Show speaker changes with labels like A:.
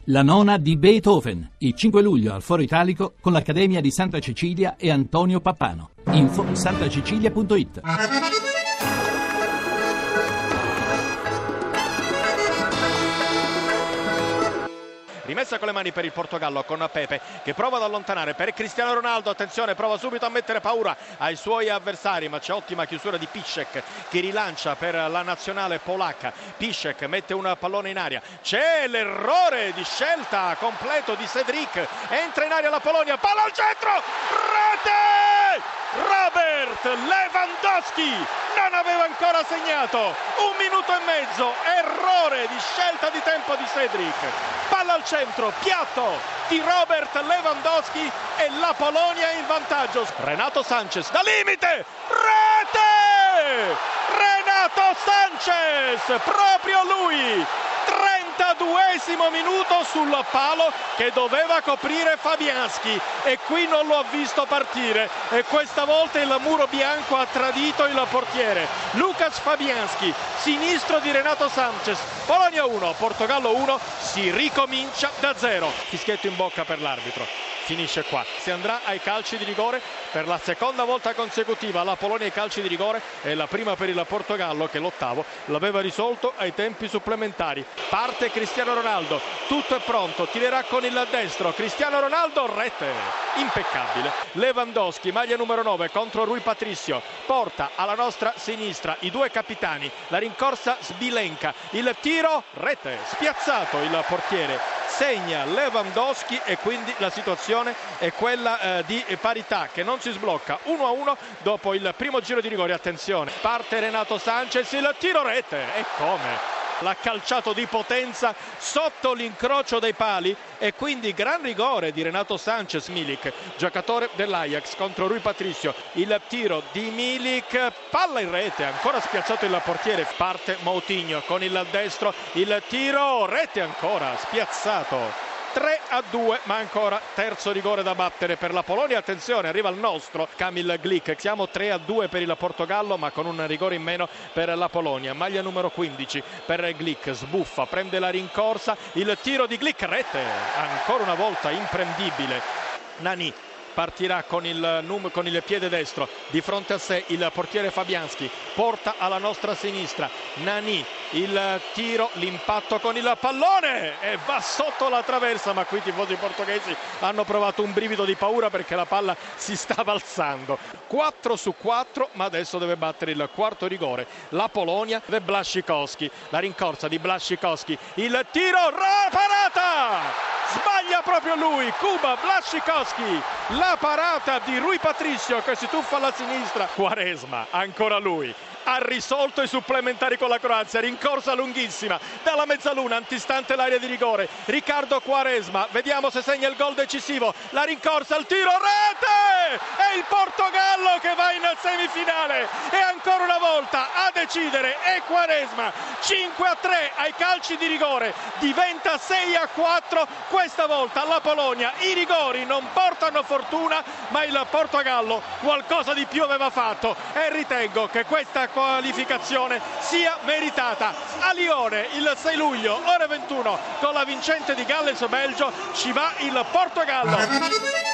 A: La nona di Beethoven, il 5 luglio al Foro Italico con l'Accademia di Santa Cecilia e Antonio Pappano. Info santacecilia.it.
B: Rimessa con le mani per il Portogallo con Pepe che prova ad allontanare per Cristiano Ronaldo. Attenzione, prova subito a mettere paura ai suoi avversari, ma c'è ottima chiusura di Piszczek che rilancia per la nazionale polacca. Piszczek mette un pallone in aria, c'è l'errore di scelta completo di Cedric, entra in aria la Polonia, palla al centro, rete! Robert Lewandowski non aveva ancora segnato, 1 minuto e mezzo, errore di scelta di tempo di Cedric, palla al centro, piatto di Robert Lewandowski e la Polonia è in vantaggio. Renato Sanchez da limite, rete! Renato Sanchez, proprio lui, 32esimo minuto sul palo che doveva coprire Fabianski e qui non lo ha visto partire e questa volta il muro bianco ha tradito il portiere. Lucas Fabianski, sinistro di Renato Sanchez. Polonia 1, Portogallo 1, si ricomincia da 0. Fischietto in bocca per l'arbitro. Finisce qua, si andrà ai calci di rigore per la seconda volta consecutiva. La Polonia ai calci di rigore è la prima per il Portogallo che l'ottavo l'aveva risolto ai tempi supplementari. Parte Cristiano Ronaldo, tutto è pronto, tirerà con il destro, Cristiano Ronaldo, rete, impeccabile. Lewandowski, maglia numero 9 contro Rui Patricio, porta alla nostra sinistra i due capitani, la rincorsa Sbilenka, il tiro, rete, spiazzato il portiere. Segna Lewandowski e quindi la situazione è quella di parità che non si sblocca 1-1 dopo il primo giro di rigore. Attenzione, parte Renato Sanchez, il tiro rete e come? L'ha calciato di potenza sotto l'incrocio dei pali e quindi gran rigore di Renato Sanchez. Milik, giocatore dell'Ajax, contro Rui Patricio, il tiro di Milik, palla in rete, ancora spiazzato il portiere. Parte Moutinho con il destro, il tiro, rete ancora, spiazzato. 3-2, ma ancora terzo rigore da battere per la Polonia. Attenzione, arriva il nostro Kamil Glik. Siamo 3-2 per il Portogallo, ma con un rigore in meno per la Polonia. Maglia numero 15 per Glik, sbuffa, prende la rincorsa, il tiro di Glik, rete, ancora una volta imprendibile. Nani partirà con il piede destro, di fronte a sé il portiere Fabianski, porta alla nostra sinistra Nani, il tiro, l'impatto con il pallone e va sotto la traversa, ma qui i tifosi portoghesi hanno provato un brivido di paura perché la palla si stava alzando. 4-4, ma adesso deve battere il quarto rigore la Polonia. Błaszczykowski, la rincorsa di Błaszczykowski, il tiro, parata! Sbaglia proprio lui, Kuba Błaszczykowski, la parata di Rui Patricio che si tuffa alla sinistra. Quaresma, ancora lui, ha risolto i supplementari con la Croazia, rincorsa lunghissima dalla mezzaluna antistante l'area di rigore. Riccardo Quaresma, vediamo se segna il gol decisivo, la rincorsa, il tiro, rete! È il Portogallo che va in semifinale e ancora una volta a decidere è Quaresma. 5-3 ai calci di rigore, diventa 6-4. Questa volta la Polonia, i rigori non portano fortuna, ma il Portogallo qualcosa di più aveva fatto e ritengo che questa qualificazione sia meritata. A Lione il 6 luglio ore 21 con la vincente di Galles-Belgio ci va il Portogallo.